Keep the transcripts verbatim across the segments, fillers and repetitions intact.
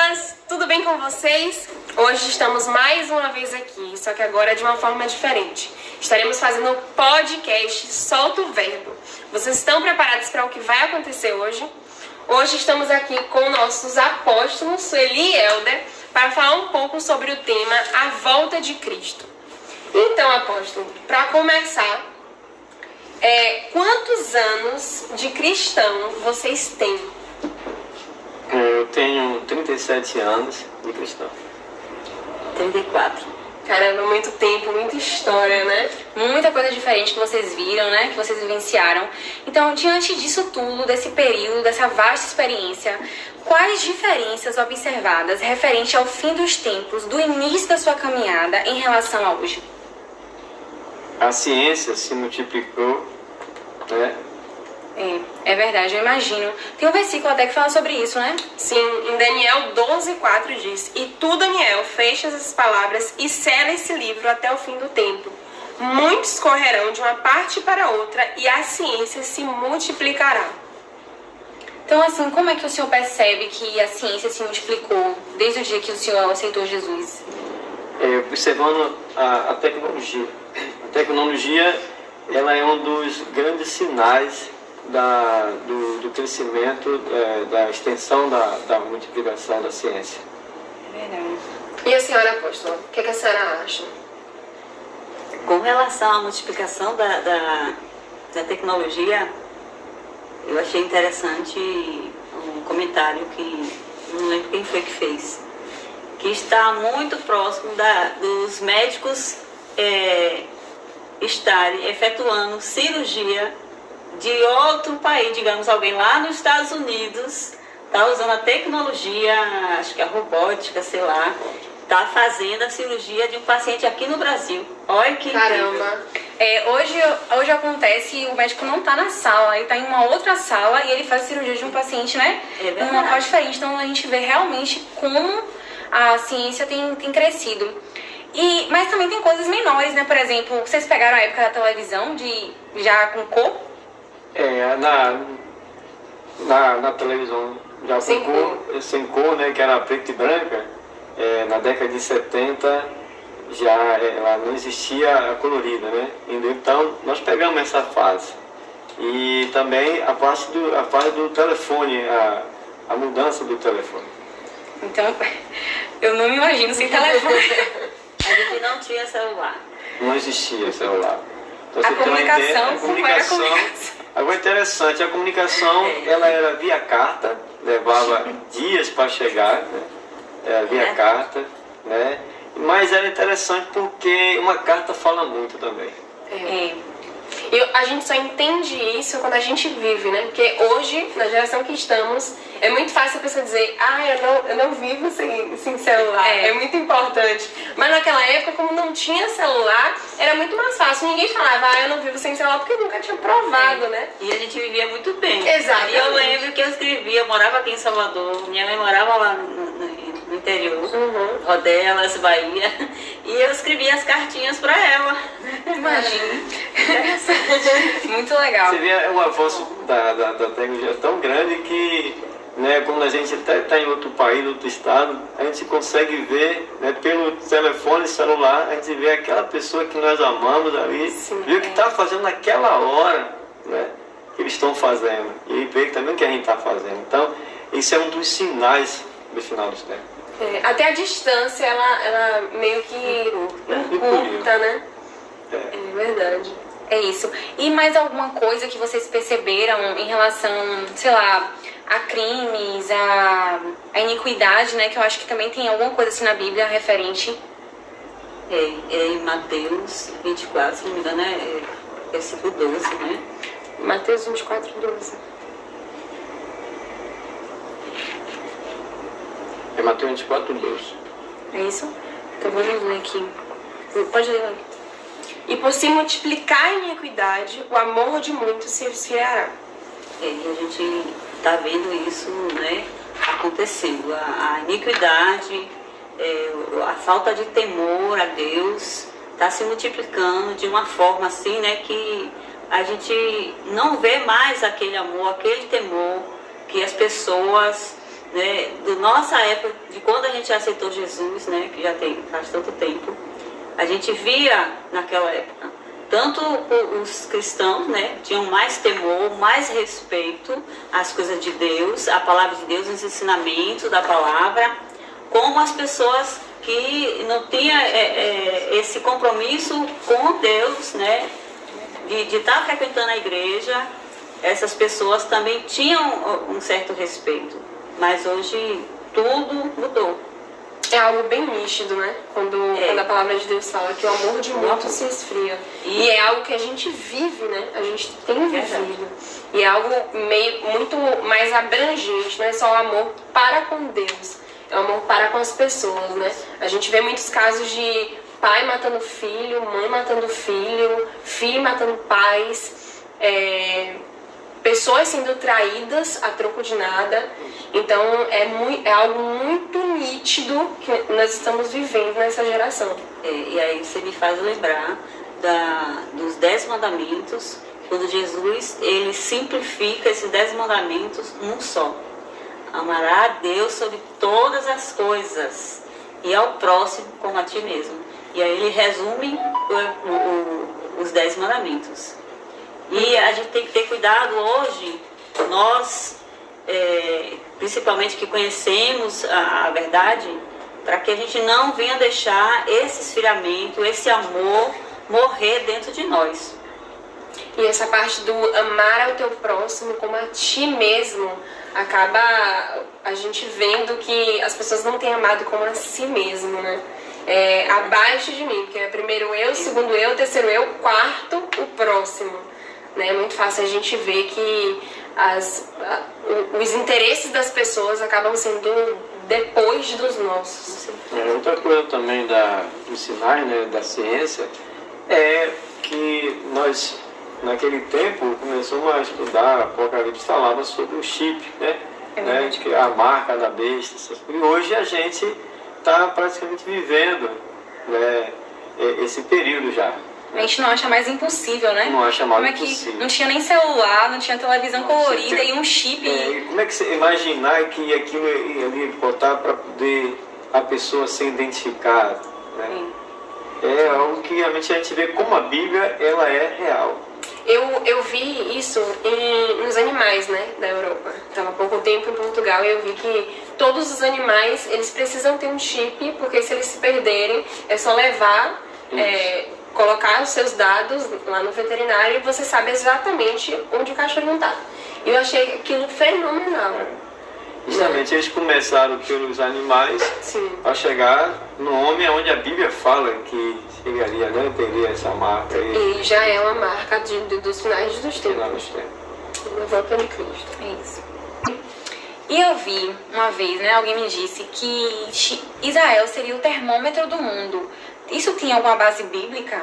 meninas! Tudo bem com vocês? Hoje estamos mais uma vez aqui, só que agora de uma forma diferente. Estaremos fazendo um podcast Solta o Verbo. Vocês estão preparados para o que vai acontecer hoje? Hoje estamos aqui com nossos apóstolos, Sueli e Helder, para falar um pouco sobre o tema A Volta de Cristo. Então, apóstolo, para começar, é, quantos anos de cristão vocês têm? Eu tenho trinta e sete anos de cristão. trinta e quatro. Caramba, muito tempo, muita história, né? Muita coisa diferente que vocês viram, né? Que vocês vivenciaram. Então, diante disso tudo, desse período, dessa vasta experiência, quais diferenças observadas referente ao fim dos tempos, do início da sua caminhada em relação a hoje? A ciência se multiplicou, né? É, é verdade, eu imagino. Tem um versículo até que fala sobre isso, né? Sim, em Daniel doze, quatro diz: E tu, Daniel, fecha essas palavras e sela esse livro até o fim do tempo. Muitos correrão de uma parte para outra e a ciência se multiplicará. Então, assim, como é que o senhor percebe que a ciência se multiplicou desde o dia que o senhor aceitou Jesus? É, observando a, a tecnologia. A tecnologia, ela é um dos grandes sinais Da, do, do crescimento, é, da extensão da, da multiplicação da ciência. É verdade. E a senhora, apóstola, o que, que a senhora acha? Com relação à multiplicação da, da, da tecnologia, eu achei interessante um comentário que não lembro quem foi que fez, que está muito próximo da, dos médicos é, estarem efetuando cirurgia de outro país, digamos, alguém lá nos Estados Unidos está usando a tecnologia, acho que a robótica, sei lá, está fazendo a cirurgia de um paciente aqui no Brasil. Olha que Caramba! É, hoje, hoje acontece, o médico não está na sala, ele está em uma outra sala e ele faz a cirurgia de um paciente, né? É em um local diferente. Então a gente vê realmente como a ciência tem, tem crescido. E, mas também tem coisas menores, né? Por exemplo, vocês pegaram a época da televisão, de já com cor? É, na, na, na televisão já Sem com cor, sem cor, né, que era preta e branca, é, na década de setenta já ela não existia a colorida, né? Então nós pegamos essa fase. E também a parte do, a fase do telefone, a, a mudança do telefone. Então, eu não me imagino sem telefone. a gente não tinha celular. Não existia celular. Então, A você tem uma comunicação, ideia, a como era a comunicação, comunicação? agora é interessante, a comunicação ela era via carta, levava dias para chegar, né? Era via É. carta, né? Mas era interessante porque uma carta fala muito também. É. E a gente só entende isso quando a gente vive, né? Porque hoje, na geração que estamos, é muito fácil a pessoa dizer: ah, eu não, eu não vivo sem, sem celular. É. É muito importante. Mas naquela época, como não tinha celular, era muito mais fácil. Ninguém falava: ah, eu não vivo sem celular, porque nunca tinha provado, né? E a gente vivia muito bem. Exatamente. E eu lembro que eu escrevia, eu morava aqui em Salvador, minha mãe morava lá no, no, no interior, Uhum. Rodelas, Bahia, e eu escrevia as cartinhas para ela. Imagina. Muito legal. Você vê o avanço da, da, da tecnologia tão grande que, né, quando a gente até está em outro país, outro estado, a gente consegue ver, né, pelo telefone celular, a gente vê aquela pessoa que nós amamos ali, Sim, vê o que está fazendo naquela hora, né, que eles estão fazendo, e vê também o que a gente está fazendo. Então, isso é um dos sinais do final dos tempos. É, até a distância, ela, ela meio que encurta, né? É. É verdade. É isso. E mais alguma coisa que vocês perceberam em relação, sei lá, a crimes, a, a iniquidade, né? Que eu acho que também tem alguma coisa assim na Bíblia referente. É, é em Mateus vinte e quatro, se não me engano, é versículo doze, né? Mateus vinte e quatro, doze. É Mateus vinte e quatro, doze. É isso? Então vamos ler aqui. Pode ler. E por se multiplicar a iniquidade, o amor de muitos se esfriará. É, e a gente está vendo isso, né, acontecendo. A, a iniquidade, é, a falta de temor a Deus está se multiplicando de uma forma assim, né, que a gente não vê mais aquele amor, aquele temor que as pessoas, né, da nossa época, de quando a gente aceitou Jesus, né, que já tem, faz tanto tempo, a gente via naquela época, tanto os cristãos, né, tinham mais temor, mais respeito às coisas de Deus, à palavra de Deus, os ensinamentos da palavra, como as pessoas que não tinham é, é, esse compromisso com Deus, né, de, de estar frequentando a igreja. Essas pessoas também tinham um certo respeito, mas hoje tudo mudou. É algo bem nítido, né? Quando, É. quando a palavra de Deus fala que o amor de muitos se esfria. E, e é algo que a gente vive, né? A gente tem vivido. E é algo meio, muito mais abrangente, não é só o amor para com Deus, é o amor para com as pessoas, né? A gente vê muitos casos de pai matando filho, mãe matando filho, filho matando pais, é, pessoas sendo traídas a troco de nada. Então é, muito, é algo muito nítido que nós estamos vivendo nessa geração. É, e aí você me faz lembrar da, dos dez mandamentos, quando Jesus ele simplifica esses dez mandamentos num só. Amará a Deus sobre todas as coisas e ao próximo como a ti mesmo. E aí ele resume o, o, o, os dez mandamentos. E a gente tem que ter cuidado hoje, nós, é, principalmente que conhecemos a, a verdade, para que a gente não venha deixar esse esfriamento, esse amor morrer dentro de nós. E essa parte do amar ao teu próximo como a ti mesmo, acaba a gente vendo que as pessoas não têm amado como a si mesmo, né? É, abaixo de mim, porque é primeiro eu, segundo eu, terceiro eu, quarto o próximo. Né? É muito fácil a gente ver que as, a, os interesses das pessoas acabam sendo depois dos nossos. É, outra coisa também da, dos sinais, né, da ciência, é que nós, naquele tempo, começamos a estudar, Apocalipse falava sobre o chip, né? É né que é a marca da besta. E hoje a gente está praticamente vivendo, né, esse período já. A gente não acha mais impossível, né? Não acha mais como é que impossível. não tinha nem celular, não tinha televisão Não, colorida tem, e um chip. É, como é que você imaginar que aquilo ali botar para poder a pessoa ser identificada, né? É algo que realmente a gente vê como a Bíblia ela é real. Eu, eu vi isso em, nos animais, né, da Europa. Estava há pouco tempo em Portugal e eu vi que todos os animais, eles precisam ter um chip, porque se eles se perderem, é só levar, é, colocar os seus dados lá no veterinário e você sabe exatamente onde o cachorro está. E eu achei aquilo fenomenal. É. Justamente eles começaram pelos animais para chegar no homem, onde a Bíblia fala que chegaria, né, teria essa marca. E, e já é uma marca de, de, dos finais dos tempos. tempos. Volta de Cristo. É isso. E eu vi uma vez, né, alguém me disse que Israel seria o termômetro do mundo. Isso tinha alguma base bíblica?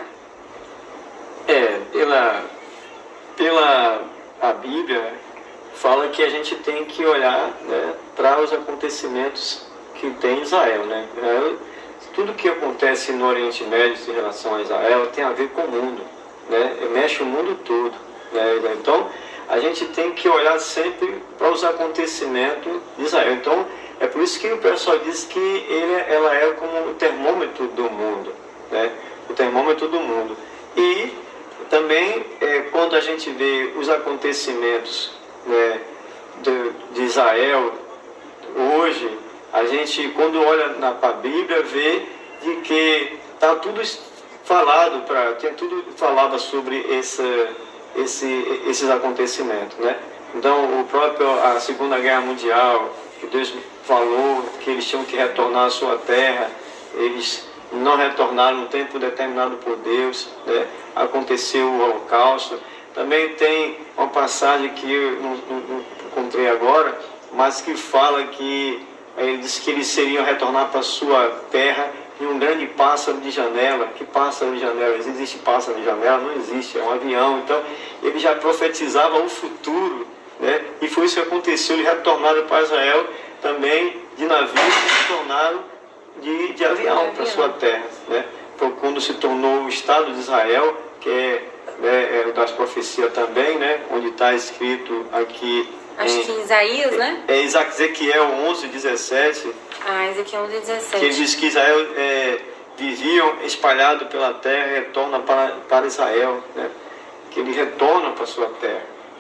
É, pela, pela a Bíblia fala que a gente tem que olhar, né, para os acontecimentos que tem em Israel, né? Tudo que acontece no Oriente Médio em relação a Israel tem a ver com o mundo, né? Mexe o mundo todo, né? Então a gente tem que olhar sempre para os acontecimentos de Israel. Então é por isso que o pessoal diz que ele, ela é como o termômetro do mundo, né? O termômetro do mundo. E também é, quando a gente vê os acontecimentos, né, de, de Israel hoje, a gente quando olha na pra Bíblia vê de que está tudo falado para tem tudo falava sobre esse, esse, esses acontecimentos, né? Então o próprio a Segunda Guerra Mundial, que Deus falou que eles tinham que retornar à sua terra, eles não retornaram no tempo determinado por Deus, né? Aconteceu o Holocausto. Também tem uma passagem que eu não, não, não encontrei agora, mas que fala que ele disse que eles seriam retornar para a sua terra em um grande pássaro de janela. Que pássaro de janela? Existe pássaro de janela? Não existe, é um avião. Então ele já profetizava o futuro, né? E foi isso que aconteceu. Eles retornaram para Israel também de navio e retornaram de, de avião para a sua terra, né? Foi quando se tornou o Estado de Israel, que é É, é, das profecias também, né, onde está escrito aqui Acho em, que Isaías, né? É Ezequiel onze, dezessete. Ah, Ezequiel onze, dezessete. Que ele diz que Israel é, viviam espalhados pela terra e retorna para, para Israel, né? Que ele retorna para a sua terra.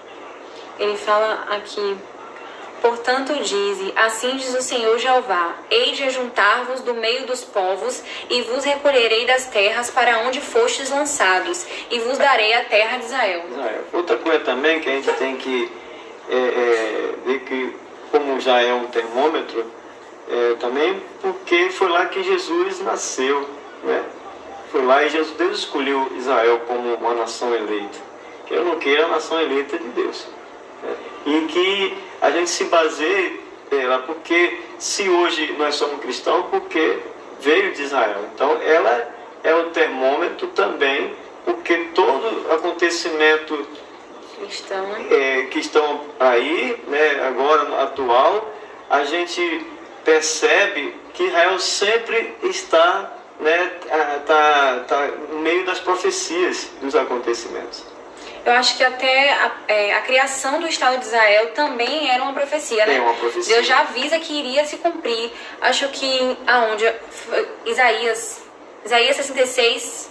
Ele fala aqui: portanto dize, assim diz o Senhor Jeová, hei de ajuntar-vos do meio dos povos, e vos recolherei das terras para onde fostes lançados, e vos darei a terra de Israel. Israel. Outra coisa também que a gente tem que é, é, ver que, como já é um termômetro, é, também porque foi lá que Jesus nasceu, né? Foi lá e Jesus, Deus escolheu Israel como uma nação eleita. Que eu não queira a nação eleita de Deus. Né? E que a gente se baseie nela, porque se hoje nós somos cristãos, porque veio de Israel. Então ela é o termômetro também, porque todo acontecimento Cristão, né? é, que estão aí, né, agora atual, a gente percebe que Israel sempre está, né, tá, tá no meio das profecias dos acontecimentos. Eu acho que até a, é, a criação do Estado de Israel também era uma profecia, né? É uma profecia. Deus já avisa que iria se cumprir. Acho que aonde? Isaías, Isaías sessenta e seis,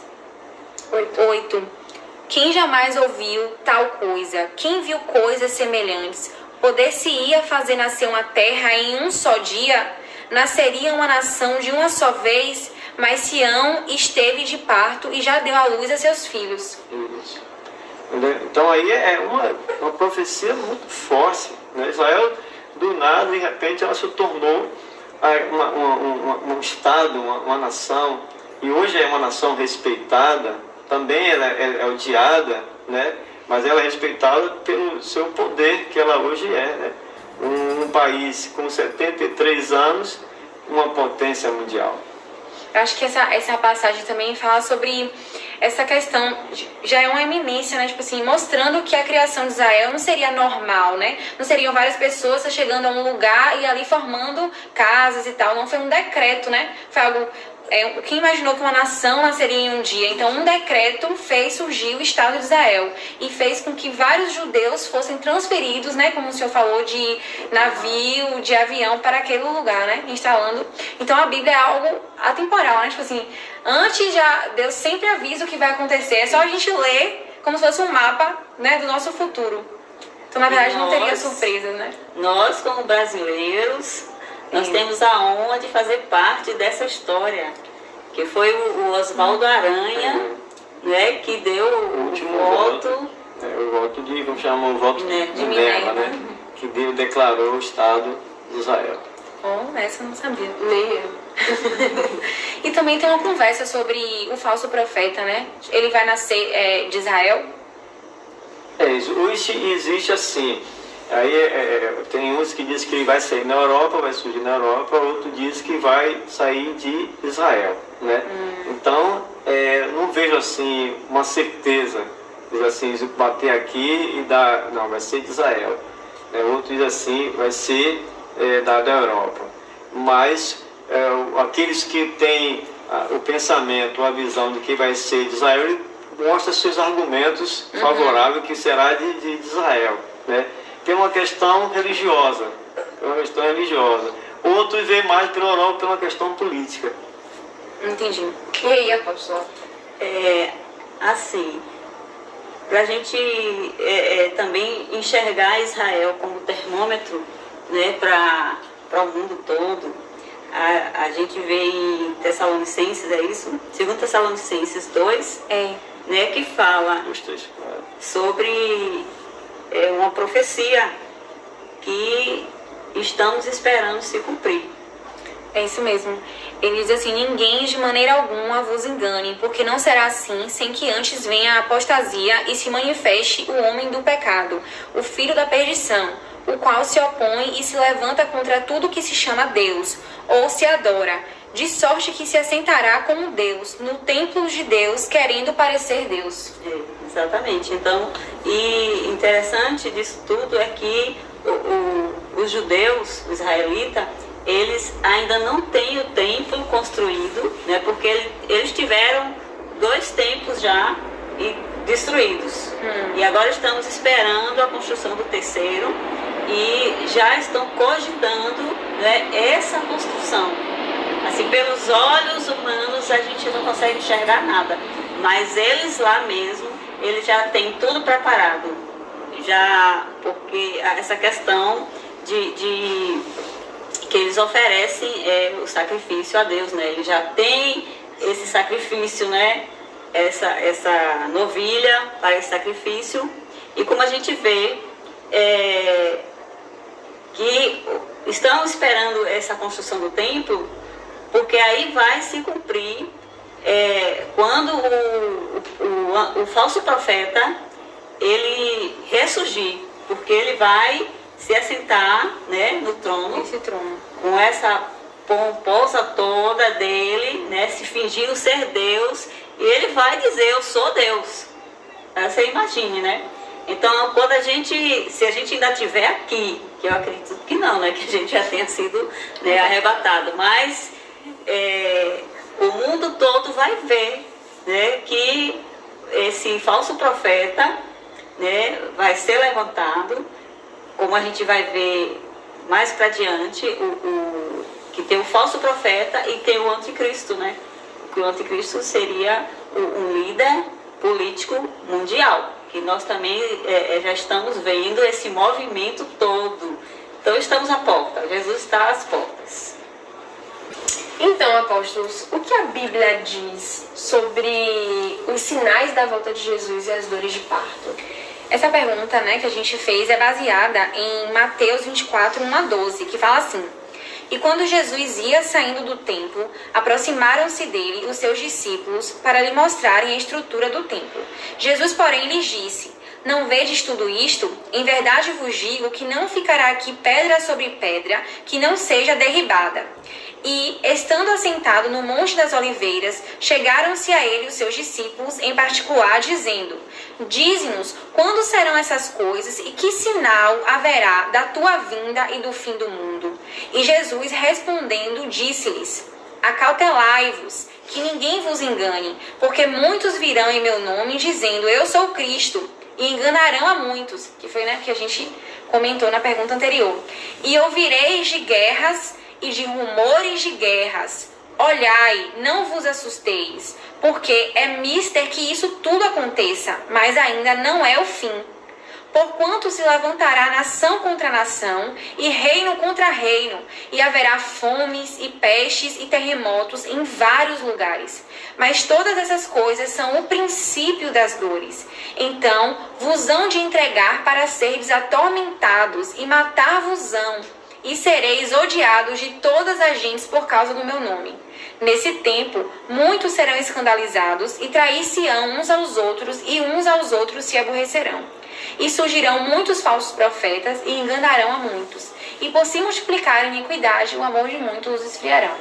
oito. Quem jamais ouviu tal coisa? Quem viu coisas semelhantes? Poder-se-ia fazer nascer uma terra em um só dia? Nasceria uma nação de uma só vez? Mas Sião esteve de parto e já deu à luz a seus filhos. Isso. Então aí é uma, uma profecia muito forte, né? Israel, do nada, de repente, ela se tornou uma, uma, uma, um Estado, uma, uma nação, e hoje é uma nação respeitada, também ela é, é odiada, né? Mas ela é respeitada pelo seu poder que ela hoje é, né? Um, um país com setenta e três anos, uma potência mundial. Eu acho que essa, essa passagem também fala sobre essa questão, já é uma eminência, né? Tipo assim, mostrando que a criação de Israel não seria normal, né? Não seriam várias pessoas chegando a um lugar e ali formando casas e tal. Não foi um decreto, né? Foi algo... É, quem imaginou que uma nação nasceria em um dia? Então, um decreto fez surgir o Estado de Israel e fez com que vários judeus fossem transferidos, né, como o senhor falou, de navio, de avião para aquele lugar, né, instalando. Então, a Bíblia é algo atemporal, né, tipo assim, antes já, Deus sempre avisa o que vai acontecer, é só a gente ler como se fosse um mapa, né, do nosso futuro. Então, na verdade, nós, não teria surpresa, né? Nós, como brasileiros... Nós Sim. temos a honra de fazer parte dessa história, que foi o, o Oswaldo Aranha, é. né, que deu o, o último voto. voto é, o voto de, como chama, o voto né, de Minerva, né? Que Deus declarou o Estado de Israel. Oh, essa eu não sabia. Nem eu. E também tem uma conversa sobre o falso profeta, né? Ele vai nascer é, de Israel? É, hoje existe assim. Aí é, tem uns que dizem que ele vai sair na Europa, vai surgir na Europa, outro diz que vai sair de Israel, né? Hum. Então, é, não vejo assim uma certeza, diz assim, bater aqui e dar, não, vai ser de Israel. É, outro diz assim, vai ser é, da, da Europa. Mas é, aqueles que têm a, o pensamento, a visão de que vai ser de Israel, ele mostra seus argumentos uhum. favoráveis que será de, de, de Israel, né? Tem uma questão religiosa, tem uma questão religiosa. Outros veem mais pela Europa pela questão política. Entendi. E aí, apóstolo? É, assim, para a gente é, é, também enxergar Israel como termômetro, né, para o mundo todo, a, a gente vê em Tessalonicenses, é isso? Segundo Tessalonicenses dois, é. né, que fala sobre... É uma profecia que estamos esperando se cumprir. É isso mesmo. Ele diz assim, ninguém de maneira alguma vos engane, porque não será assim, sem que antes venha a apostasia e se manifeste o homem do pecado, o filho da perdição, o qual se opõe e se levanta contra tudo que se chama Deus, ou se adora, de sorte que se assentará como Deus, no templo de Deus, querendo parecer Deus. É, exatamente. Então, e interessante disso tudo é que o, o, os judeus, os israelitas, eles ainda não têm o templo construído, né, porque eles tiveram dois templos já e destruídos. Hum. E agora estamos esperando a construção do terceiro. e já estão cogitando, né, essa construção. Assim, pelos olhos humanos a gente não consegue enxergar nada, mas eles lá mesmo, eles já têm tudo preparado, já, porque essa questão de, de que eles oferecem é, o sacrifício a Deus, né? Eles já têm esse sacrifício, né? Essa, essa novilha para esse sacrifício, e como a gente vê é, que estão esperando essa construção do templo, porque aí vai se cumprir é, quando o, o, o, o falso profeta ele ressurgir, porque ele vai se assentar, né, no trono, Esse trono, com essa pomposa toda dele, né, se fingindo ser Deus, e ele vai dizer, eu sou Deus. Você imagine, né? Então, quando a gente, se a gente ainda estiver aqui, que eu acredito que não, né, que a gente já tenha sido, né, arrebatado, mas é, o mundo todo vai ver, né, que esse falso profeta, né, vai ser levantado, como a gente vai ver mais para diante, o, o, que tem o falso profeta e tem o anticristo, né? Que o anticristo seria o, um líder político mundial, que nós também é, já estamos vendo esse movimento todo. Então estamos à porta, Jesus está às portas. Então, apóstolos, o que a Bíblia diz sobre os sinais da volta de Jesus e as dores de parto? Essa pergunta, né, que a gente fez é baseada em Mateus vinte e quatro, um a doze, que fala assim: E quando Jesus ia saindo do templo, aproximaram-se dele os seus discípulos para lhe mostrarem a estrutura do templo. Jesus, porém, lhes disse: Não vedes tudo isto? Em verdade vos digo que não ficará aqui pedra sobre pedra que não seja derribada. E, estando assentado no Monte das Oliveiras, chegaram-se a ele os seus discípulos em particular, dizendo: Dize-nos quando serão essas coisas e que sinal haverá da tua vinda e do fim do mundo. E Jesus, respondendo, disse-lhes: Acautelai-vos, que ninguém vos engane, porque muitos virão em meu nome, dizendo: Eu sou Cristo, e enganarão a muitos, que foi, né, que a gente comentou na pergunta anterior. E ouvireis de guerras e de rumores de guerras. Olhai, não vos assusteis, porque é mister que isso tudo aconteça, mas ainda não é o fim. Porquanto se levantará nação contra nação, e reino contra reino, e haverá fomes, e pestes, e terremotos em vários lugares. Mas todas essas coisas são o princípio das dores. Então vos hão de entregar para seres atormentados, e matar-vos-ão, e sereis odiados de todas as gentes por causa do meu nome. Nesse tempo, muitos serão escandalizados, e trair-se-ão uns aos outros, e uns aos outros se aborrecerão. E surgirão muitos falsos profetas, e enganarão a muitos. E por se multiplicar a iniquidade, o amor de muitos os esfriarão.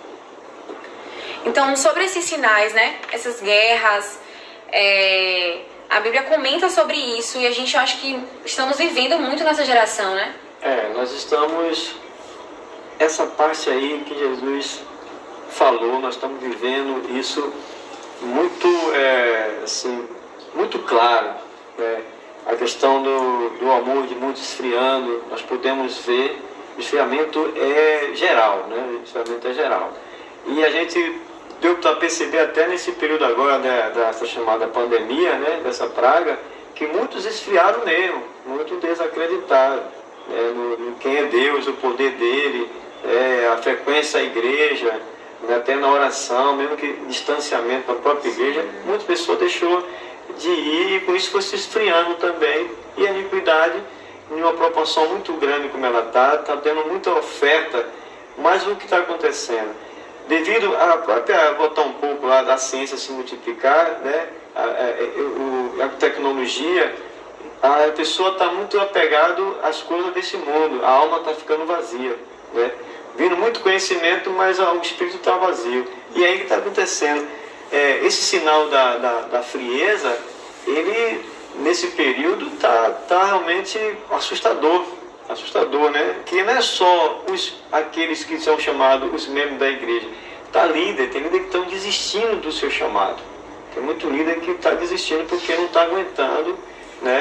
Então, sobre esses sinais, né, essas guerras, é, a Bíblia comenta sobre isso, e a gente acha que estamos vivendo muito nessa geração, né? É, nós estamos, essa parte aí que Jesus falou, nós estamos vivendo isso muito, é, assim, muito claro, né? A questão do, do amor de muitos esfriando, nós podemos ver, o esfriamento é geral, né? O esfriamento é geral. E a gente deu para perceber até nesse período agora, né, dessa chamada pandemia, né, dessa praga, que muitos esfriaram mesmo, muitos desacreditaram. É, no, no quem é Deus, o poder dele, é, a frequência à igreja, né, até na oração, mesmo que distanciamento da própria igreja, muitas pessoas deixou de ir, e com isso foi se esfriando também, e a iniquidade, em uma proporção muito grande como ela está, está tendo muita oferta, mas o que está acontecendo? Devido à própria, botar um pouco lá da ciência se multiplicar, né, a, a, a, a tecnologia, a pessoa está muito apegada às coisas desse mundo, a alma está ficando vazia, né? Vindo muito conhecimento, mas o espírito está vazio. E aí o que está acontecendo? É, esse sinal da, da, da frieza, ele nesse período está tá realmente assustador, assustador, né? Que não é só os, aqueles que são chamados os membros da igreja, está líder, tem líder que estão desistindo do seu chamado, tem muito líder que está desistindo porque não está aguentando, né?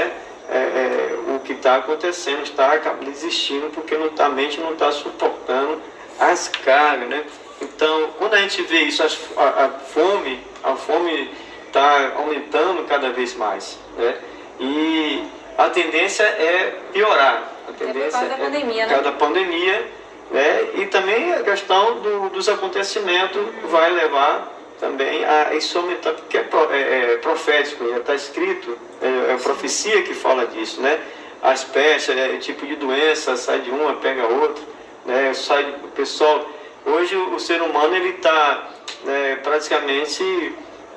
é, é, o que está acontecendo, está desistindo porque não tá, a mente não está suportando as cargas, né? Então, quando a gente vê isso, a, a fome, a fome está aumentando cada vez mais, né? E a tendência é piorar. A tendência é por causa da pandemia, é, né? cada pandemia, né? E também a questão do, dos acontecimentos vai levar também a isso aumentar, porque é, pro, é, é profético, já está escrito, é, é a profecia que fala disso, né? As pestes, é, tipo de doença, sai de uma, pega outra, né? Sai, o pessoal, hoje o ser humano ele está né, praticamente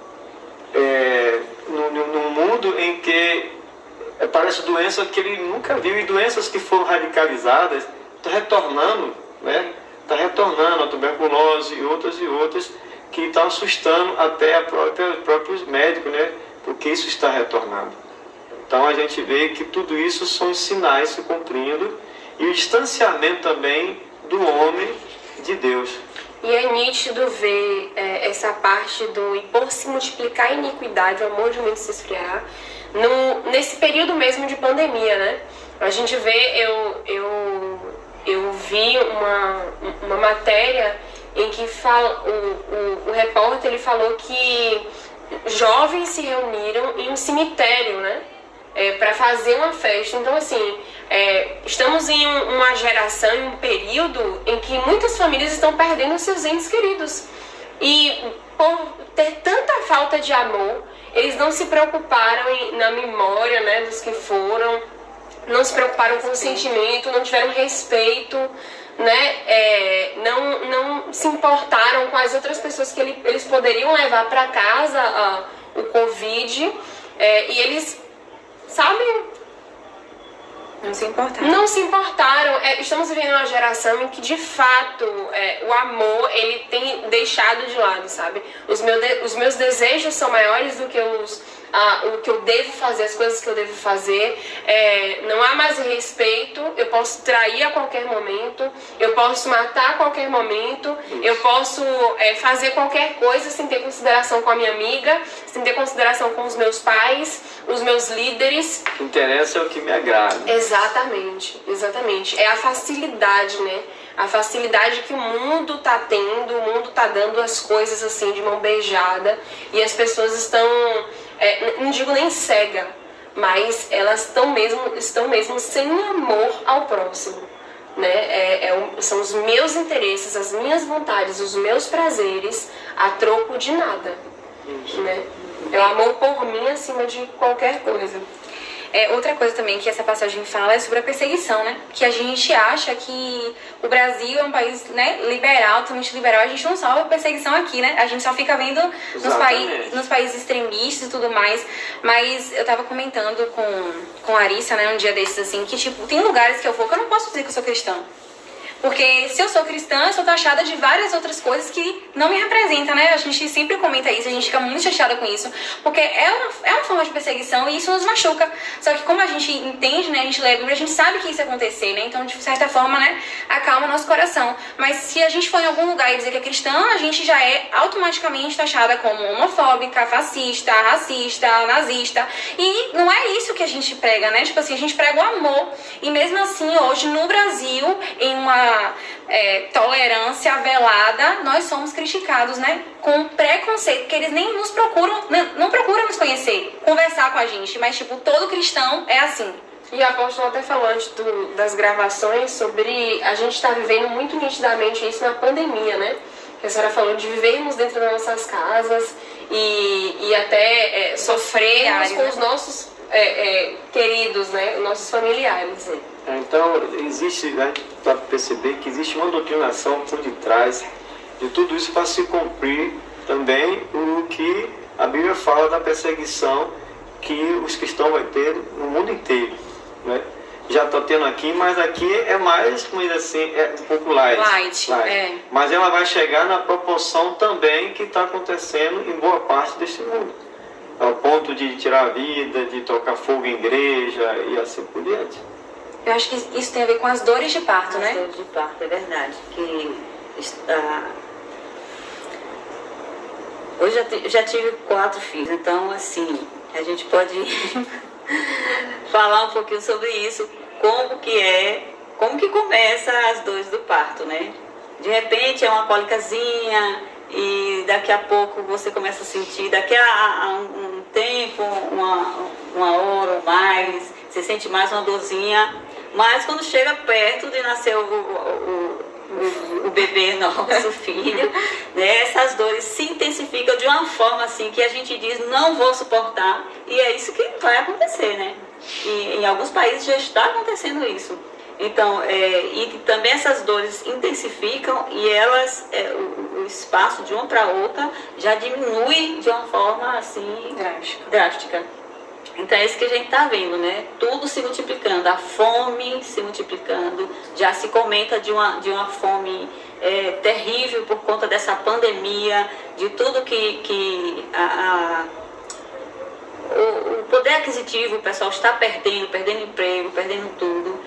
é, num mundo em que parece doenças que ele nunca viu, e doenças que foram radicalizadas estão retornando, né? Está retornando a tuberculose e outras e outras que estão assustando até a própria, os próprios médicos, né? Porque isso está retornando. Então a gente vê que tudo isso são sinais se cumprindo e o distanciamento também do homem de Deus. E é nítido ver é, essa parte do e por se multiplicar a iniquidade, o amor de muitos se esfriará, no, nesse período mesmo de pandemia, né? A gente vê, eu, eu, eu vi uma, uma matéria em que fala, o, o, o repórter ele falou que jovens se reuniram em um cemitério, né? É, para fazer uma festa. Então, assim, é, estamos em um, uma geração, em um período em que muitas famílias estão perdendo seus entes queridos. E por ter tanta falta de amor, eles não se preocuparam em, na memória, né, dos que foram, não se preocuparam com o sentimento, não tiveram respeito, né, é, não, não se importaram com as outras pessoas que ele, eles poderiam levar para casa a, o Covid, é, e eles, sabe, não se importaram. Não se importaram. É, estamos vivendo uma geração em que, de fato, é, o amor, ele tem deixado de lado, sabe? Os, meu de, os meus desejos são maiores do que os, ah, o que eu devo fazer, as coisas que eu devo fazer. É, não há mais respeito, eu posso trair a qualquer momento, eu posso matar a qualquer momento, eu posso é, fazer qualquer coisa sem ter consideração com a minha amiga, sem ter consideração com os meus pais, os meus líderes. O que interessa é o que me agrada. Exatamente, exatamente. É a facilidade, né? A facilidade que o mundo tá tendo, o mundo tá dando as coisas assim de mão beijada e as pessoas estão, é, não digo nem cega, mas elas estão mesmo, estão mesmo sem amor ao próximo, né? É, é, são os meus interesses, as minhas vontades, os meus prazeres a troco de nada, né? É o amor por mim acima de qualquer coisa. É, outra coisa também que essa passagem fala é sobre a perseguição, né? Que a gente acha que o Brasil é um país, né, liberal, totalmente liberal. A gente não sofre perseguição aqui, né? A gente só fica vendo nos, paí nos países extremistas e tudo mais. Mas eu tava comentando com, com a Larissa, né, um dia desses, assim, que, tipo, tem lugares que eu vou que eu não posso dizer que eu sou cristã. Porque se eu sou cristã, eu sou taxada de várias outras coisas que não me representam, né? A gente sempre comenta isso, a gente fica muito chateada com isso. Porque é uma, é uma forma de perseguição e isso nos machuca. Só que como a gente entende, né? A gente lê a Bíblia, a gente sabe que isso ia acontecer, né? Então, de certa forma, né? Acalma o nosso coração. Mas se a gente for em algum lugar e dizer que é cristã, a gente já é automaticamente taxada como homofóbica, fascista, racista, nazista. E não é isso que a gente prega, né? Tipo assim, a gente prega o amor. E mesmo assim, hoje, no Brasil, em uma É, tolerância velada, nós somos criticados, né, com preconceito, porque eles nem nos procuram, não, não procuram nos conhecer, conversar com a gente, mas tipo, todo cristão é assim. E a apóstola até falou antes do, das gravações sobre a gente estar tá vivendo muito nitidamente isso na pandemia, né, que a senhora falou de vivermos dentro das nossas casas e, e até é, sofrermos com os nossos é, é, queridos, né, nossos familiares, né. Então, existe, né, para perceber que existe uma doutrinação por detrás de tudo isso para se cumprir também o que a Bíblia fala da perseguição que os cristãos vão ter no mundo inteiro, né? Já está tendo aqui, mas aqui é mais, como diz assim, é um pouco light. Light, light. É. Mas ela vai chegar na proporção também que está acontecendo em boa parte deste mundo. Ao ponto de tirar a vida, de tocar fogo em igreja e assim por diante. Eu acho que isso tem a ver com as dores de parto, as né? As dores de parto, é verdade. Que, ah, eu já, já tive quatro filhos, então, assim, a gente pode falar um pouquinho sobre isso, como que é, como que começa as dores do parto, né? De repente é uma cólicazinha e daqui a pouco você começa a sentir, daqui a, a um tempo, uma, uma hora ou mais, você sente mais uma dorzinha, mas quando chega perto de nascer o, o, o, o bebê nosso, filho, né, essas dores se intensificam de uma forma assim que a gente diz, não vou suportar, e é isso que vai acontecer, né? E em alguns países já está acontecendo isso. Então, é, e também essas dores intensificam e elas, é, o, o espaço de uma para outra já diminui de uma forma assim Drástica. drástica. Então é isso que a gente está vendo, né? Tudo se multiplicando, a fome se multiplicando, já se comenta de uma, de uma fome é, terrível por conta dessa pandemia, de tudo que, que a, a o, o poder aquisitivo o pessoal está perdendo, perdendo emprego, perdendo tudo.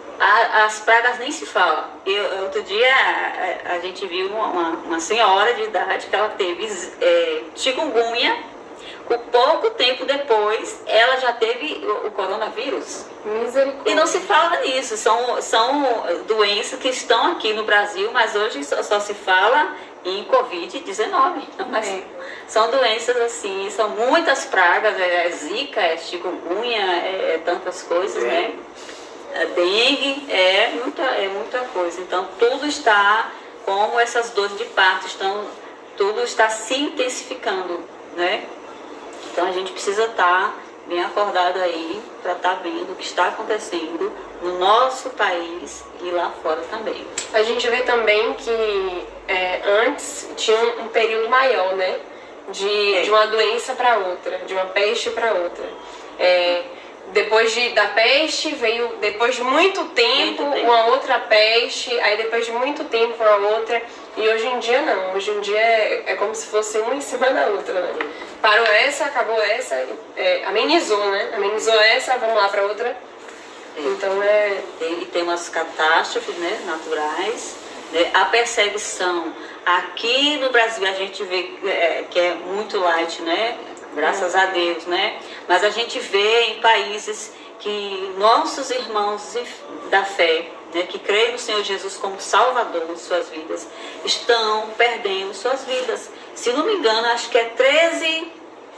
As pragas nem se fala. Eu, outro dia a, a gente viu uma, uma senhora de idade que ela teve é, chikungunya, com pouco tempo depois ela já teve o, o coronavírus. Misericórdia. E não se fala nisso, são, são doenças que estão aqui no Brasil, mas hoje só, só se fala em covid dezenove. Mas é. São doenças assim, são muitas pragas, é, é zika, é chikungunya, é, é tantas coisas, é. né? A dengue, é muita, é muita coisa. Então, tudo está, como essas dores de parto, estão, tudo está se intensificando, né? Então, a gente precisa estar bem acordado aí para estar vendo o que está acontecendo no nosso país e lá fora também. A gente vê também que é, antes tinha um, um período maior, né? De, é. de uma doença para outra, de uma peste para outra. É, Depois de, da peste, veio, depois de muito tempo, muito tempo, uma outra peste, aí depois de muito tempo, uma outra. E hoje em dia não, hoje em dia é, é como se fosse uma em cima da outra, né? Parou essa, acabou essa, é, amenizou, né? Amenizou essa, vamos lá para outra. Então é... Tem, tem umas catástrofes, né, naturais, né? A perseguição. Aqui no Brasil a gente vê é, que é muito light, né? Graças a Deus, né? Mas a gente vê em países que nossos irmãos da fé, né, que creem no Senhor Jesus como Salvador de suas vidas, estão perdendo suas vidas. Se não me engano, acho que é treze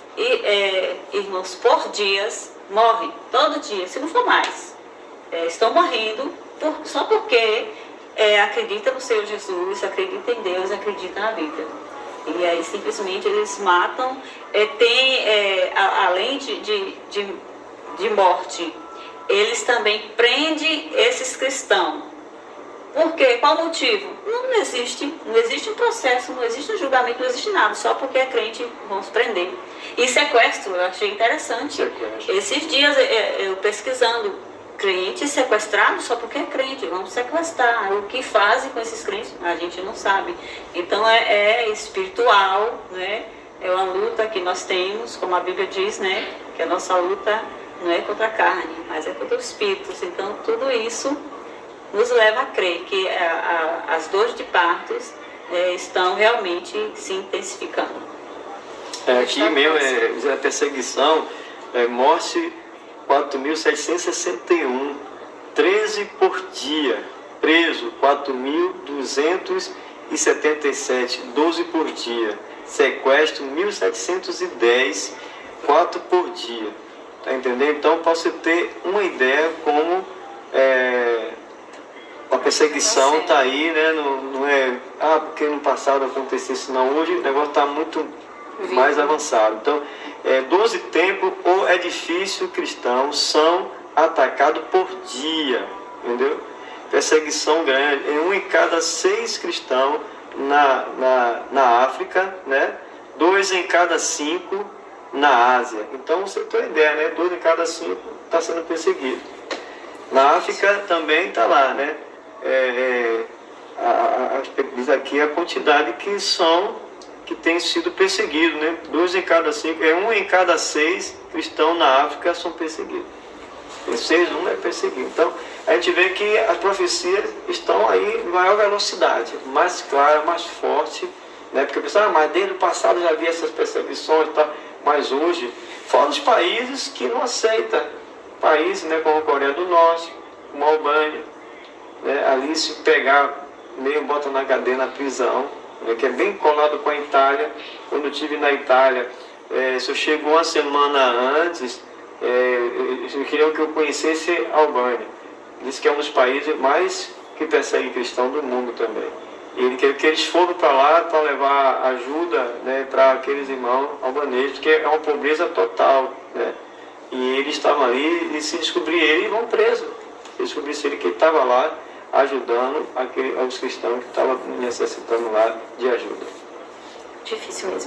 é, irmãos por dia morrem, todo dia, se não for mais. É, estão morrendo por, só porque é, acreditam no Senhor Jesus, acreditam em Deus, acreditam na vida. E aí simplesmente eles matam, é, tem, é, a, além de, de, de, de morte, eles também prendem esses cristãos. Por quê? Qual o motivo? Não existe, não existe um processo, não existe um julgamento, não existe nada, só porque é crente vamos prender. E sequestro, eu achei interessante. Sequestro. Esses dias eu pesquisando, crentes sequestrados só porque é crente, vamos sequestrar. O que fazem com esses crentes? A gente não sabe. Então é, é espiritual, né? É uma luta que nós temos, como a Bíblia diz, né? Que a nossa luta não é contra a carne, mas é contra os espíritos. Então tudo isso nos leva a crer que a, a, as dores de partos é, estão realmente se intensificando. É, aqui mesmo é a perseguição, é, morte quatro mil seiscentos e sessenta e um, treze por dia, preso quatro mil duzentos e setenta e sete, doze por dia, sequestro mil setecentos e dez, quatro por dia. Tá entendendo? Então, para você ter uma ideia como é, a perseguição está aí, né? Não, não é, ah, porque no passado aconteceu isso, não. Hoje o negócio está muito mais avançado. Então, é, doze tempos ou é difícil cristãos são atacados por dia, entendeu? Perseguição grande, em um em cada seis cristãos na, na, na África, né? Dois em cada cinco na Ásia. Então você tem uma ideia, né? Dois em cada cinco está sendo perseguido. Na África também está lá, né? É, é, a, a, a, diz aqui a quantidade que são que tem sido perseguido, né? Dois em cada cinco, é um em cada seis cristãos na África são perseguidos. Em seis, um é perseguido. Então, a gente vê que as profecias estão aí em maior velocidade, mais clara, mais forte, né? Porque a pessoa, ah, mas desde o passado já havia essas perseguições e tal, mas hoje Fora os países que não aceitam. Países, né, como a Coreia do Norte, como a Albânia. Né, ali se pegar, meio bota na cadeia, na prisão, né, que é bem colado com a Itália. Quando eu estive na Itália, é, se eu chego uma semana antes, é, eu queria que eu conhecesse a Albânia. Diz que é um dos países mais que persegue cristão do mundo também. E ele quer que eles foram para lá para levar ajuda, né, para aqueles irmãos albaneses, porque é uma pobreza total, né? E eles estavam ali e se descobrir ele, vão preso. Se descobrisse ele que ele estava lá ajudando aquele, os cristãos que estavam necessitando lá de ajuda. Difícil mesmo.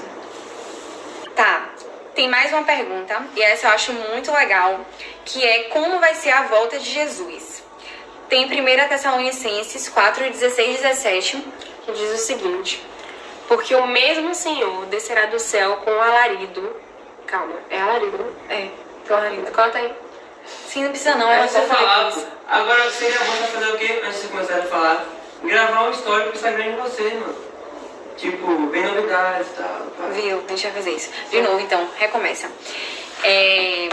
Tá, tem mais uma pergunta, e essa eu acho muito legal, que é como vai ser a volta de Jesus. Tem primeira Tessalonicenses quatro, dezesseis e dezessete, que diz o seguinte: porque o mesmo Senhor descerá do céu com alarido. Calma, é alarido, né? É, com alarido. Conta aí. Sim, não precisa não, é você só falar. falar. Agora seria bom pra fazer o quê? Antes de começar a falar, gravar uma história pro Instagram de vocês, mano. Tipo, bem novidades e tal. Tá? Viu? A gente vai fazer isso. De novo, então, recomeça. É...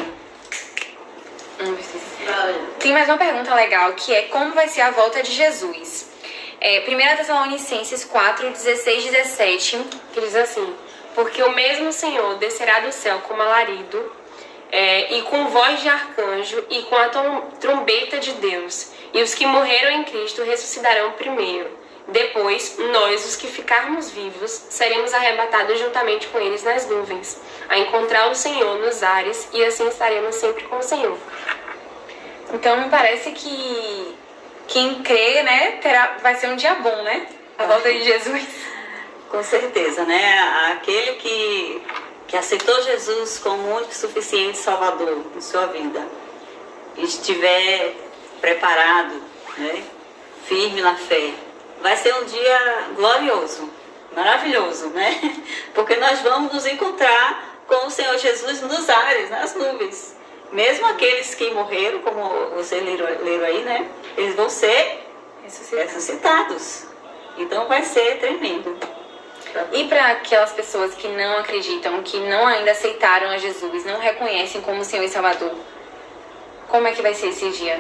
Hum, Tem mais uma pergunta legal, que é como vai ser a volta de Jesus. É, primeira Tessalonicenses quatro, dezesseis e dezessete, que diz assim: porque o mesmo Senhor descerá do céu como alarido, é, e com voz de arcanjo, e com a trombeta de Deus, e os que morreram em Cristo ressuscitarão primeiro. Depois, nós, os que ficarmos vivos, seremos arrebatados juntamente com eles nas nuvens, a encontrar o Senhor nos ares, e assim estaremos sempre com o Senhor. Então, me parece que quem crê, né, terá, vai ser um dia bom, né? A volta de Jesus. Com certeza, né? Aquele que, que aceitou Jesus como único e suficiente Salvador em sua vida, e estiver preparado, né, firme na fé, vai ser um dia glorioso, maravilhoso, né? Porque nós vamos nos encontrar com o Senhor Jesus nos ares, nas nuvens. Mesmo aqueles que morreram, como vocês leram, leram aí, né? Eles vão ser ressuscitados. Então vai ser tremendo. E para aquelas pessoas que não acreditam, que não ainda aceitaram a Jesus, não reconhecem como Senhor e Salvador, como é que vai ser esse dia?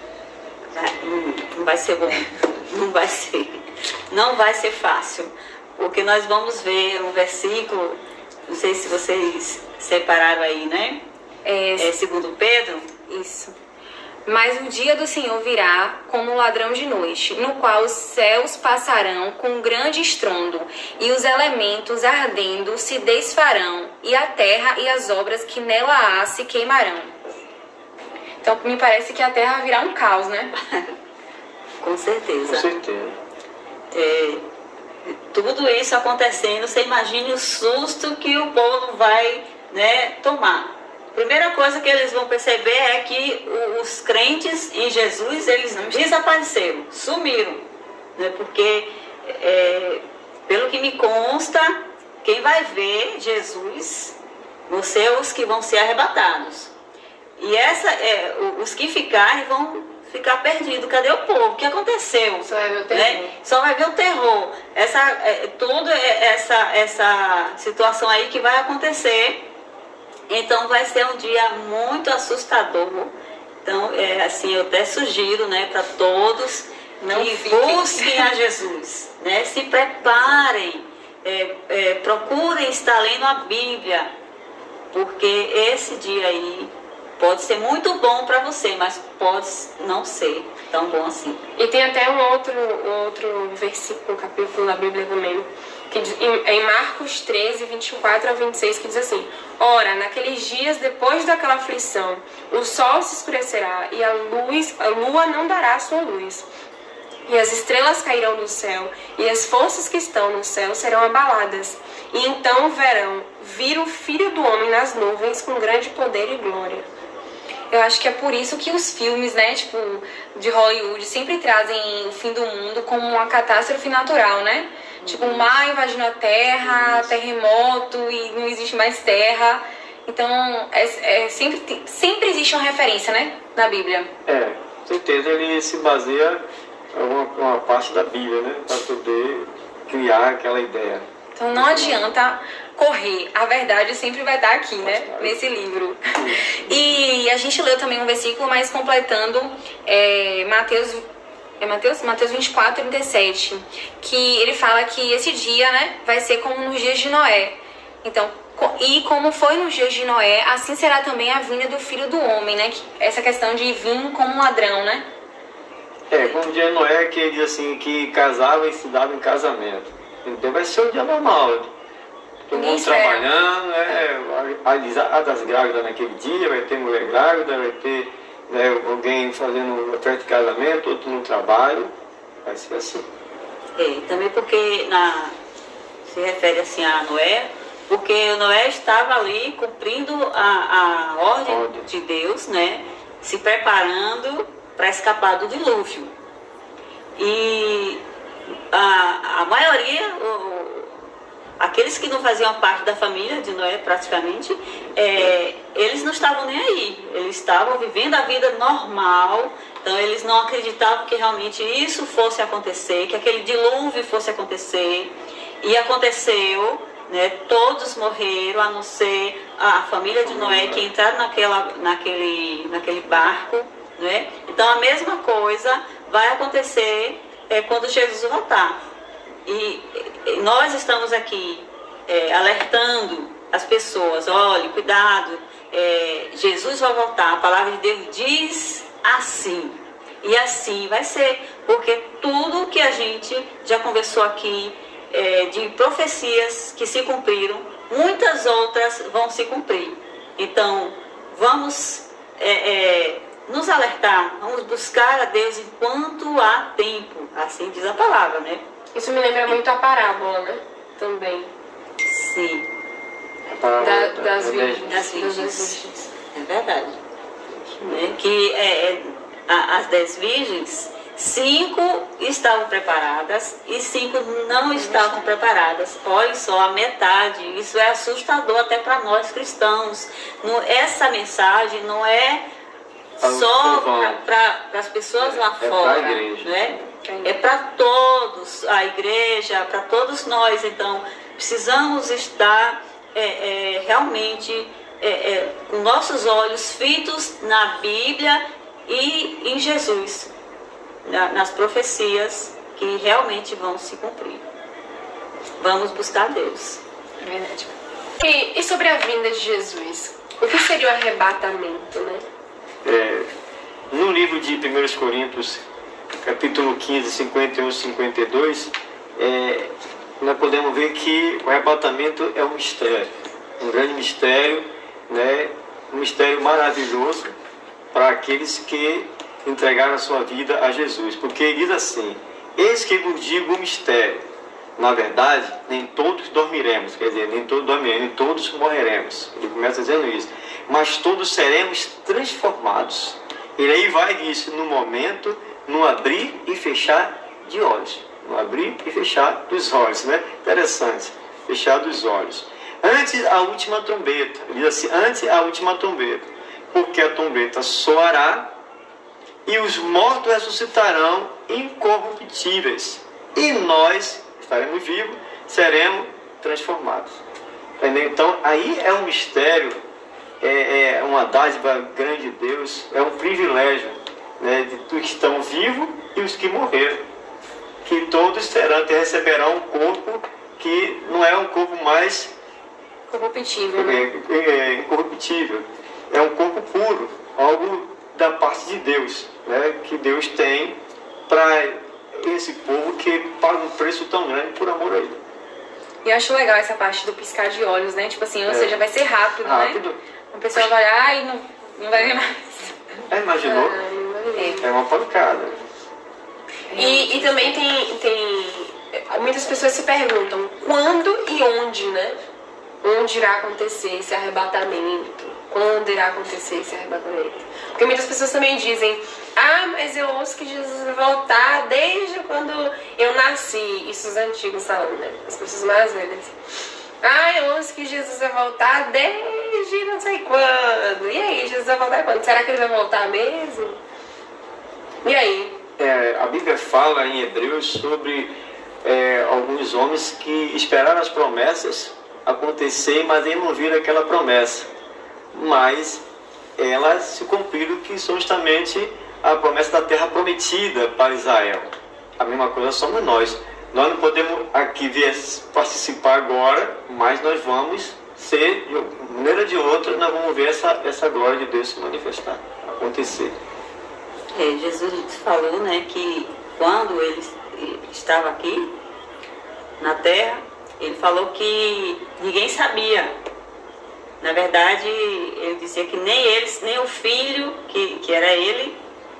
Não vai ser bom, não vai ser, não vai ser fácil, porque nós vamos ver um versículo, não sei se vocês separaram aí, né? É, é segundo Pedro. Isso. Mas o dia do Senhor virá como um ladrão de noite, no qual os céus passarão com grande estrondo, e os elementos ardendo se desfarão, e a terra e as obras que nela há se queimarão. Então me parece que a terra virá um caos, né? Com certeza. Com certeza. É, tudo isso acontecendo, você imagine o susto que o povo vai, né, tomar. Primeira coisa que eles vão perceber é que os crentes em Jesus, eles desapareceram, sumiram, né? Porque, é, pelo que me consta, quem vai ver Jesus vão ser os que vão ser arrebatados. E essa, é, os que ficarem vão ficar perdidos. Cadê o povo? O que aconteceu? Só vai ver o terror. Né? Só vai ver o terror. Essa, é, toda essa, essa situação aí que vai acontecer. Então vai ser um dia muito assustador. Então, é, assim, eu até sugiro, né, para todos Não que fiquem. busquem a Jesus, né? Se preparem, é, é, procurem estar lendo a Bíblia, porque esse dia aí pode ser muito bom para você, mas pode não ser tão bom assim. E tem até um outro, um outro versículo, um capítulo da Bíblia também, que diz- em, em Marcos treze, vinte e quatro a vinte e seis, que diz assim: ora, naqueles dias depois daquela aflição, o sol se escurecerá e a luz, a lua não dará a sua luz. E as estrelas cairão do céu, e as forças que estão no céu serão abaladas. E então verão, vir o Filho do Homem nas nuvens com grande poder e glória. Eu acho que é por isso que os filmes, né, tipo, de Hollywood sempre trazem o fim do mundo como uma catástrofe natural, né? Tipo, o mar invadindo a terra, terremoto e não existe mais terra. Então, é, é, sempre, tem- sempre existe uma referência, né, na Bíblia. É, com certeza ele se baseia em uma, uma parte da Bíblia, né? Para poder criar aquela ideia. Então não adianta correr, a verdade sempre vai estar aqui, né? Nesse livro. E a gente leu também um versículo, mas completando é, Mateus, é Mateus, Mateus vinte e quatro, trinta e sete, que ele fala que esse dia, né, vai ser como nos dias de Noé. Então, e como foi nos dias de Noé, assim será também a vinda do Filho do Homem, né? Essa questão de vir como um ladrão, né? É, como o dia de Noé, que ele diz assim, que casava e se dava em casamento. Então vai ser um dia normal. Todo mundo trabalhando, né? A das grávidas naquele dia, vai ter mulher grávida, vai ter, né, alguém fazendo oferta de casamento, outro no trabalho. Vai ser assim. É, também porque na, se refere assim a Noé, porque Noé estava ali cumprindo a, a ordem, ordem de Deus, né? Se preparando para escapar do dilúvio. E a, a maioria, o, aqueles que não faziam parte da família de Noé praticamente, é, eles não estavam nem aí. Eles estavam vivendo a vida normal. Então eles não acreditavam que realmente isso fosse acontecer, que aquele dilúvio fosse acontecer. E aconteceu. Né, todos morreram, a não ser a família de Noé que entraram naquela, naquele, naquele barco. Né? Então a mesma coisa vai acontecer é, quando Jesus voltar. E, e nós estamos aqui é, alertando as pessoas, olhe, cuidado, é, Jesus vai voltar, a palavra de Deus diz assim. E assim vai ser, porque tudo que a gente já conversou aqui, É, de profecias que se cumpriram, muitas outras vão se cumprir. Então, vamos é, é, nos alertar, vamos buscar a Deus enquanto há tempo, assim diz a palavra, né? Isso me lembra muito a parábola, né? Também. Sim. A parábola Da, da, das, da virgens. das virgens. das virgens. É verdade. Né? Que é, é, a, as dez virgens, cinco estavam preparadas e cinco não estavam preparadas. Olha só, a metade. Isso é assustador até para nós cristãos. Não, essa mensagem não é só para as pessoas lá é fora, pra igreja. né? É para todos, a igreja, para todos nós. Então, precisamos estar é, é, realmente é, é, com nossos olhos fitos na Bíblia e em Jesus, nas profecias que realmente vão se cumprir. Vamos buscar Deus. É verdade. E, e sobre a vinda de Jesus? O que seria o arrebatamento, né? É, no livro de primeira Coríntios, capítulo quinze, cinquenta e um e cinquenta e dois, é, nós podemos ver que o arrebatamento é um mistério, um grande mistério, né? Um mistério maravilhoso para aqueles que entregaram a sua vida a Jesus, porque diz assim: eis que vos digo o mistério, na verdade nem todos dormiremos, quer dizer, nem todos dormiremos, nem todos morreremos. Ele começa dizendo isso, mas todos seremos transformados. Ele aí vai disso, no momento, no abrir e fechar de olhos, no abrir e fechar dos olhos, né? Interessante, fechar dos olhos. Antes a última trombeta, ele diz assim, antes a última trombeta, porque a trombeta soará e os mortos ressuscitarão incorruptíveis, e nós estaremos vivos, seremos transformados. Entendeu? Então, aí é um mistério, é, é uma dádiva grande de Deus, é um privilégio, né, de os que estão vivos e os que morreram, que todos serão, receberão um corpo que não é um corpo mais corruptível, né? é, é, incorruptível, é um corpo puro, algo da parte de Deus, né, que Deus tem para esse povo que paga um preço tão grande por amor a Ele. E eu acho legal essa parte do piscar de olhos, né? Tipo assim, ou É. seja, vai ser rápido, Rápido. né? A pessoa vai olhar e não, não vai ver mais. É, imaginou? Ah, não vai ver. É uma pancada. E, e também tem, tem... Muitas pessoas se perguntam quando e onde, né? Onde irá acontecer esse arrebatamento? Quando irá acontecer esse arrebatamento? Porque muitas pessoas também dizem: ah, mas eu ouço que Jesus vai voltar desde quando eu nasci. Isso os antigos falam, né? As pessoas mais velhas. Ah, eu ouço que Jesus vai voltar desde não sei quando. E aí, Jesus vai voltar quando? Será que ele vai voltar mesmo? E aí? É, a Bíblia fala em Hebreus sobre é, alguns homens que esperaram as promessas acontecer, mas eles não viram aquela promessa. Mas elas se cumpriram, que são justamente a promessa da terra prometida para Israel. A mesma coisa somos nós. Nós não podemos aqui vir participar agora, mas nós vamos ser, de uma maneira ou de outra, nós vamos ver essa, essa glória de Deus se manifestar, acontecer. É, Jesus falou, né, que quando ele estava aqui na terra, ele falou que ninguém sabia. Na verdade, ele dizia que nem eles, nem o filho, que, que era ele,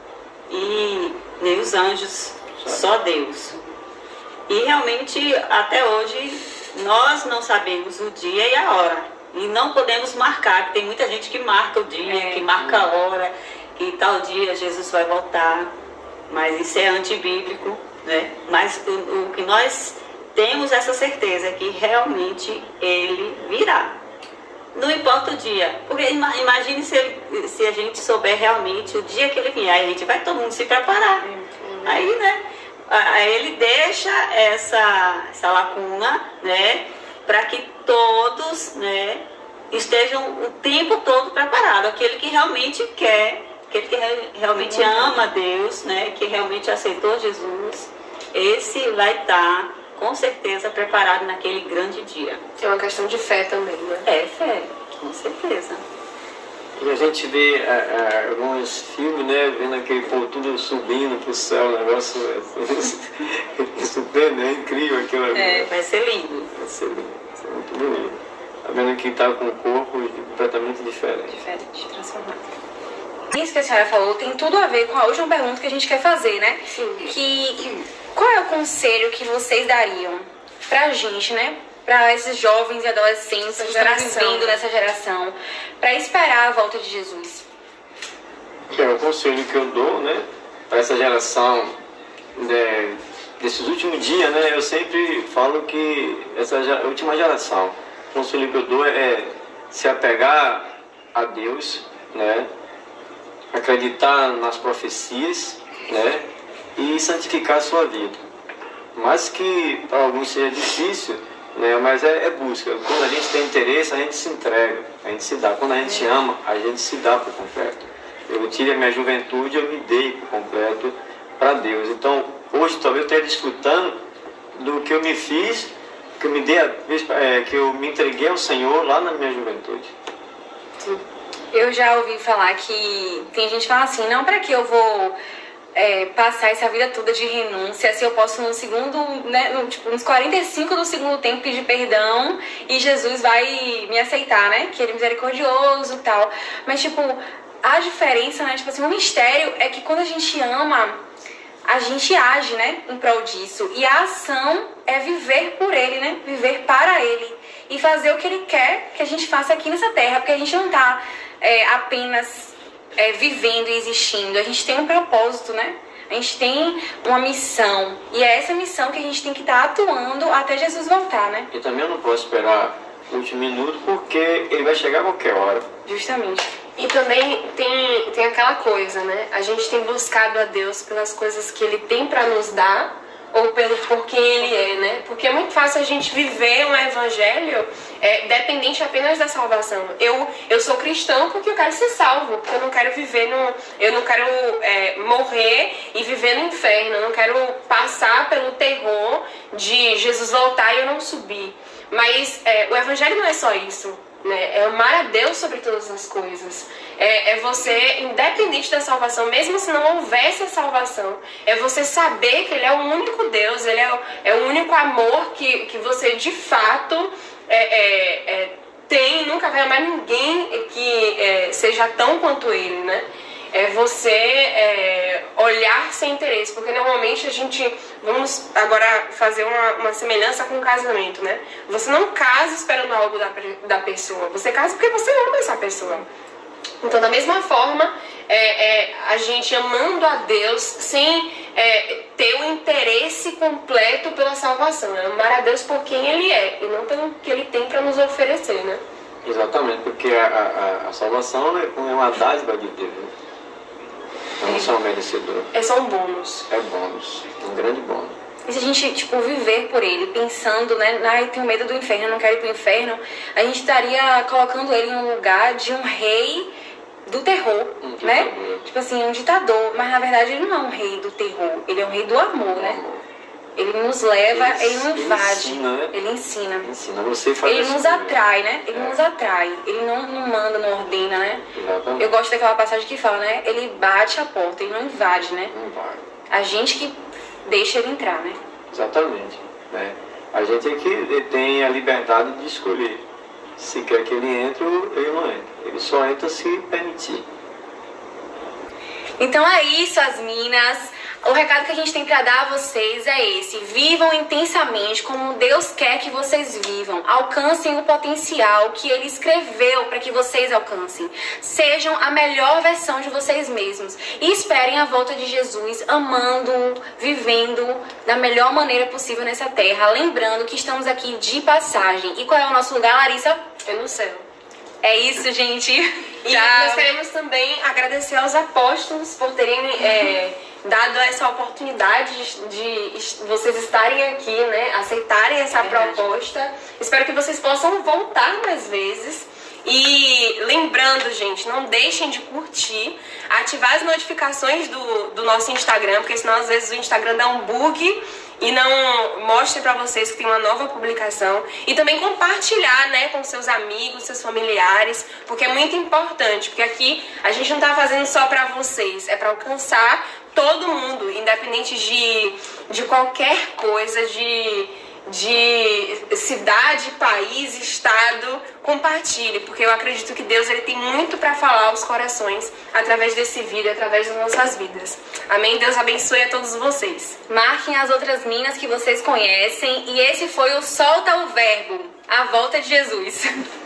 e nem os anjos, só Deus. E realmente, até hoje, nós não sabemos o dia e a hora. E não podemos marcar, porque tem muita gente que marca o dia, é, que marca a hora, que tal dia Jesus vai voltar. Mas isso é antibíblico, né? Mas o, o que nós temos essa certeza é que realmente ele virá. Não importa o dia. Porque imagine se, ele, se a gente souber realmente o dia que ele vier. Aí a gente vai todo mundo se preparar. Aí, né? Aí ele deixa essa, essa lacuna, né? Para que todos, né, estejam o tempo todo preparados. Aquele que realmente quer, aquele que realmente ama Deus, né? Que realmente aceitou Jesus, esse vai estar com certeza preparado naquele grande dia. É uma questão de fé também, né? É fé, com certeza. E a gente vê é, é, alguns filmes, né, vendo aquele povo tudo subindo pro céu, o negócio é surpreendente, é incrível aquilo. É, vai ser lindo. Vai ser lindo, vai ser muito bonito. Tá vendo que tá com um corpo completamente diferente. Diferente, transformado. Isso que a senhora falou tem tudo a ver com a última pergunta que a gente quer fazer, né? Sim. Que, qual é o conselho que vocês dariam pra gente, né? Para esses jovens e adolescentes que estão vivendo nessa geração, para esperar a volta de Jesus? É o conselho que eu dou, né, para essa geração, né, desses últimos dias, né, eu sempre falo que essa última geração, o conselho que eu dou é se apegar a Deus, né, acreditar nas profecias, né, e santificar a sua vida. Mas que para alguns seja difícil, né, mas é, é busca. Quando a gente tem interesse, a gente se entrega, a gente se dá. Quando a gente ama, a gente se dá por completo. Eu tive a minha juventude, eu me dei por completo para Deus. Então, hoje talvez eu esteja desfrutando do que eu me fiz, que eu me dei, a, é, que eu me entreguei ao Senhor lá na minha juventude. Sim. Eu já ouvi falar que tem gente que fala assim, não, para que eu vou é, passar essa vida toda de renúncia, se eu posso no segundo, né, no, tipo, nos quarenta e cinco do segundo tempo pedir perdão e Jesus vai me aceitar, né, que ele é misericordioso e tal. Mas, tipo, a diferença, né, tipo assim, o mistério é que quando a gente ama, a gente age, né, em prol disso. E a ação é viver por ele, né, viver para ele e fazer o que ele quer que a gente faça aqui nessa terra, porque a gente não tá é, apenas é, vivendo e existindo, a gente tem um propósito, né? A gente tem uma missão, e é essa missão que a gente tem que estar atuando até Jesus voltar, né? E também eu não posso esperar o último minuto, porque ele vai chegar a qualquer hora. Justamente. E também tem, tem aquela coisa, né? A gente tem buscado a Deus pelas coisas que ele tem para nos dar, ou pelo por quem ele é, né? Porque é muito fácil a gente viver um evangelho é, dependente apenas da salvação. Eu, eu sou cristão porque eu quero ser salvo, porque eu não quero viver no... Eu não quero é, morrer e viver no inferno, eu não quero passar pelo terror de Jesus voltar e eu não subir. Mas é, o evangelho não é só isso, né? É amar a Deus sobre todas as coisas. É, é você, independente da salvação, mesmo se não houvesse a salvação, é você saber que Ele é o único Deus, Ele é o, é o único amor que, que você de fato é, é, é, tem. Nunca vai amar ninguém que é, seja tão quanto Ele, né? É você é, olhar sem interesse, porque normalmente a gente, vamos agora fazer uma, uma semelhança com o casamento, né? Você não casa esperando algo da, da pessoa, você casa porque você ama essa pessoa. Então, da mesma forma, é, é, a gente amando a Deus sem é, ter o interesse completo pela salvação, é amar a Deus por quem Ele é e não pelo que Ele tem para nos oferecer, né? Exatamente, porque a, a, a salvação é uma dádiva de Deus, né? Não são merecedores. É só um bônus. É bônus, um grande bônus. e se a gente, tipo, viver por ele, pensando, né, ai, tenho medo do inferno, não quero ir pro inferno, a gente estaria colocando ele no lugar de um rei do terror, um né? Ditador. Tipo assim, um ditador, mas na verdade ele não é um rei do terror, ele é um rei do amor, né? Amor. Ele nos leva, ele, ele não invade, ele ensina, né? Ele ensina. ensina você faz ele nos atrai, né? Ele é. nos atrai, ele não, não manda, não ordena, né? Exatamente. Eu gosto daquela passagem que fala, né? Ele bate a porta, ele não invade, né? Não invade. A gente que deixa ele entrar, né? Exatamente. Né? A gente é que tem a liberdade de escolher se quer que ele entre ou ele não entre. Ele só entra se permitir. Então é isso, as minas. O recado que a gente tem para dar a vocês é esse: vivam intensamente como Deus quer que vocês vivam. Alcancem o potencial que Ele escreveu para que vocês alcancem. Sejam a melhor versão de vocês mesmos. E esperem a volta de Jesus, amando, vivendo da melhor maneira possível nessa terra. Lembrando que estamos aqui de passagem. E qual é o nosso lugar, Larissa? É no céu. É isso, gente. E nós queremos também agradecer aos apóstolos por terem é, dado essa oportunidade de, de vocês estarem aqui, né? Aceitarem essa é proposta. Espero que vocês possam voltar mais vezes. E lembrando, gente, não deixem de curtir, ativar as notificações do, do nosso Instagram, porque senão às vezes o Instagram dá um bug e não mostra pra vocês que tem uma nova publicação. E também compartilhar, né, com seus amigos, seus familiares, porque é muito importante, porque aqui a gente não tá fazendo só pra vocês, é pra alcançar todo mundo, independente de, de qualquer coisa, de... de cidade, país, estado, compartilhe, porque eu acredito que Deus ele tem muito para falar aos corações através desse vídeo, através das nossas vidas. Amém? Deus abençoe a todos vocês. Marquem as outras minas que vocês conhecem e esse foi o Solta o Verbo, a volta de Jesus.